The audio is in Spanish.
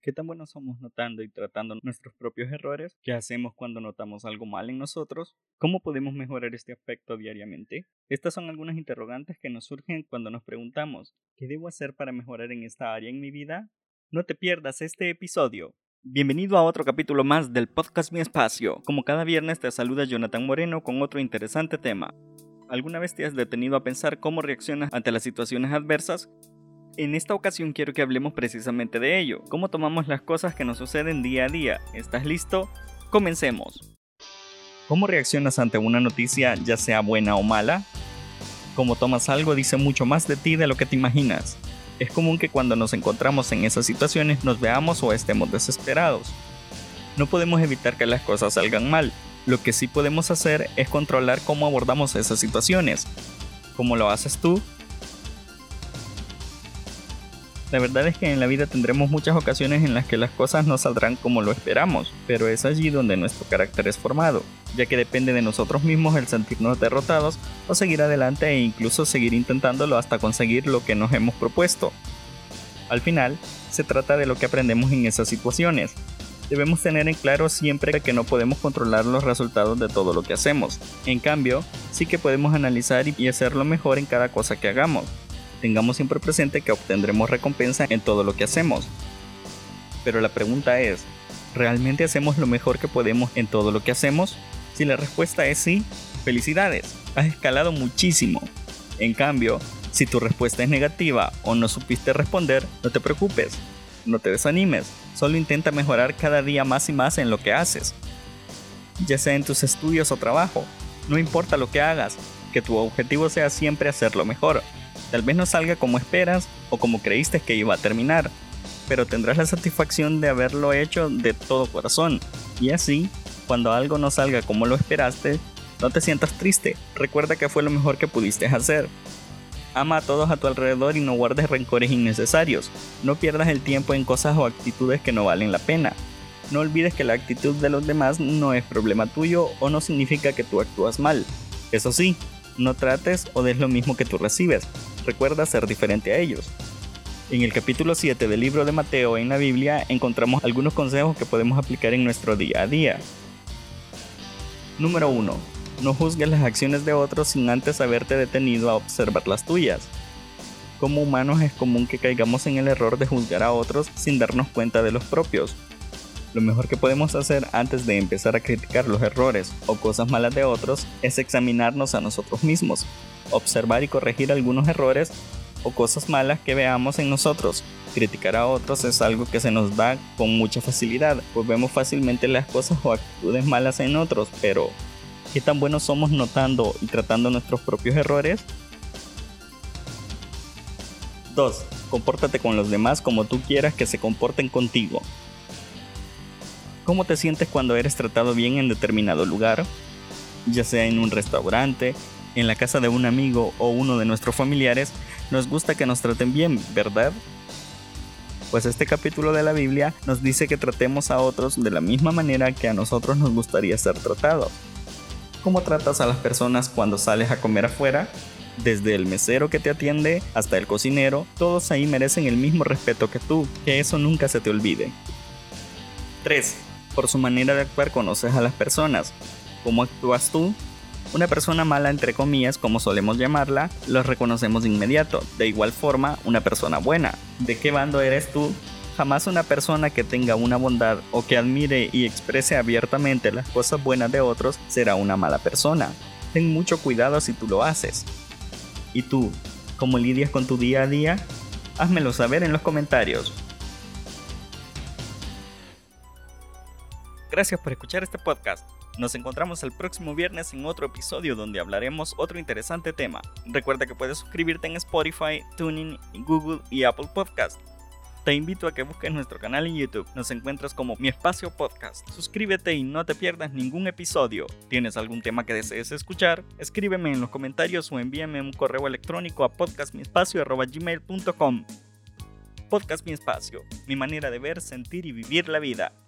¿Qué tan buenos somos notando y tratando nuestros propios errores? ¿Qué hacemos cuando notamos algo mal en nosotros? ¿Cómo podemos mejorar este aspecto diariamente? Estas son algunas interrogantes que nos surgen cuando nos preguntamos, ¿qué debo hacer para mejorar en esta área en mi vida? No te pierdas este episodio. Bienvenido a otro capítulo más del podcast Mi Espacio. Como cada viernes te saluda Jonathan Moreno con otro interesante tema. ¿Alguna vez te has detenido a pensar cómo reaccionas ante las situaciones adversas? En esta ocasión quiero que hablemos precisamente de ello, cómo tomamos las cosas que nos suceden día a día. ¿Estás listo? Comencemos. ¿Cómo reaccionas ante una noticia, ya sea buena o mala? Cómo tomas algo dice mucho más de ti de lo que te imaginas. Es común que cuando nos encontramos en esas situaciones nos veamos o estemos desesperados. No podemos evitar que las cosas salgan mal. Lo que sí podemos hacer es controlar cómo abordamos esas situaciones. ¿Cómo lo haces tú? La verdad es que en la vida tendremos muchas ocasiones en las que las cosas no saldrán como lo esperamos, pero es allí donde nuestro carácter es formado, ya que depende de nosotros mismos el sentirnos derrotados o seguir adelante e incluso seguir intentándolo hasta conseguir lo que nos hemos propuesto. Al final, se trata de lo que aprendemos en esas situaciones. Debemos tener en claro siempre que no podemos controlar los resultados de todo lo que hacemos. En cambio, sí que podemos analizar y hacerlo mejor en cada cosa que hagamos. Tengamos siempre presente que obtendremos recompensa en todo lo que hacemos. Pero la pregunta es, ¿realmente hacemos lo mejor que podemos en todo lo que hacemos? Si la respuesta es sí, felicidades, has escalado muchísimo. En cambio, si tu respuesta es negativa o no supiste responder, no te preocupes, no te desanimes, solo intenta mejorar cada día más y más en lo que haces. Ya sea en tus estudios o trabajo, no importa lo que hagas, que tu objetivo sea siempre hacerlo mejor. Tal vez no salga como esperas o como creíste que iba a terminar, pero tendrás la satisfacción de haberlo hecho de todo corazón. Y así, cuando algo no salga como lo esperaste, no te sientas triste, recuerda que fue lo mejor que pudiste hacer. Ama a todos a tu alrededor y no guardes rencores innecesarios. No pierdas el tiempo en cosas o actitudes que no valen la pena. No olvides que la actitud de los demás no es problema tuyo o no significa que tú actúas mal. Eso sí, no trates o des lo mismo que tú recibes. Recuerda ser diferente a ellos. En el capítulo 7 del libro de Mateo en la Biblia encontramos algunos consejos que podemos aplicar en nuestro día a día. Número 1. No juzgues las acciones de otros sin antes haberte detenido a observar las tuyas. Como humanos es común que caigamos en el error de juzgar a otros sin darnos cuenta de los propios. Lo mejor que podemos hacer antes de empezar a criticar los errores o cosas malas de otros es examinarnos a nosotros mismos, observar y corregir algunos errores o cosas malas que veamos en nosotros. Criticar a otros es algo que se nos da con mucha facilidad, pues vemos fácilmente las cosas o actitudes malas en otros, pero ¿qué tan buenos somos notando y tratando nuestros propios errores? 2. Compórtate con los demás como tú quieras que se comporten contigo. ¿Cómo te sientes cuando eres tratado bien en determinado lugar? Ya sea en un restaurante, en la casa de un amigo o uno de nuestros familiares, nos gusta que nos traten bien, ¿verdad? Pues este capítulo de la Biblia nos dice que tratemos a otros de la misma manera que a nosotros nos gustaría ser tratados. ¿Cómo tratas a las personas cuando sales a comer afuera? Desde el mesero que te atiende hasta el cocinero, todos ahí merecen el mismo respeto que tú, que eso nunca se te olvide. 3. Por su manera de actuar conoces a las personas. ¿Cómo actúas tú? Una persona mala, entre comillas, como solemos llamarla, los reconocemos de inmediato. De igual forma, una persona buena. ¿De qué bando eres tú? Jamás una persona que tenga una bondad o que admire y exprese abiertamente las cosas buenas de otros será una mala persona. Ten mucho cuidado si tú lo haces. ¿Y tú? ¿Cómo lidias con tu día a día? Házmelo saber en los comentarios. Gracias por escuchar este podcast. Nos encontramos el próximo viernes en otro episodio donde hablaremos otro interesante tema. Recuerda que puedes suscribirte en Spotify, TuneIn, Google y Apple Podcast. Te invito a que busques nuestro canal en YouTube. Nos encuentras como Mi Espacio Podcast. Suscríbete y no te pierdas ningún episodio. ¿Tienes algún tema que desees escuchar? Escríbeme en los comentarios o envíame un correo electrónico a podcastmiespacio@gmail.com. Podcast Mi Espacio, mi manera de ver, sentir y vivir la vida.